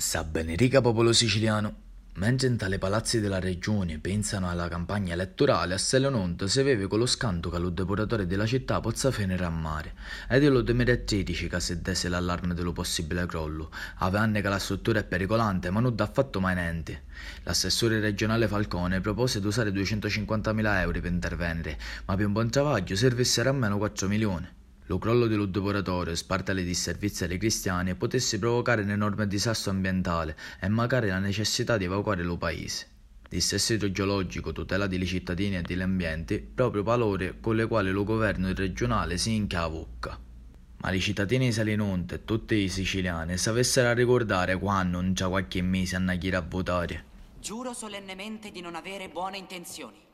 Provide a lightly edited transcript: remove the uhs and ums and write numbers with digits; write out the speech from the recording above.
Sa benedica popolo siciliano. Mentre in tale palazzi della regione pensano alla campagna elettorale, a Selononte si vede con lo scanto che lo depuratore della città possa finire a mare. Ed è lo 2013 che si desse l'allarme dello possibile crollo. Ave anni che la struttura è pericolante, ma non dà affatto mai niente. L'assessore regionale Falcone propose di usare 250.000 euro per intervenire, ma per un buon travaglio servissero almeno 4 milioni. Lo crollo dello depuratore, spartale di servizi ai cristiani, potesse provocare un enorme disastro ambientale e magari la necessità di evacuare lo paese. Dissesto idrogeologico, tutela dei cittadini e degli ambienti, proprio valori con le quali lo governo regionale si incavocca. Ma i cittadini di Selinunte e tutti i siciliani sapessero ricordare quando non c'è qualche mese a andare a votare. Giuro solennemente di non avere buone intenzioni.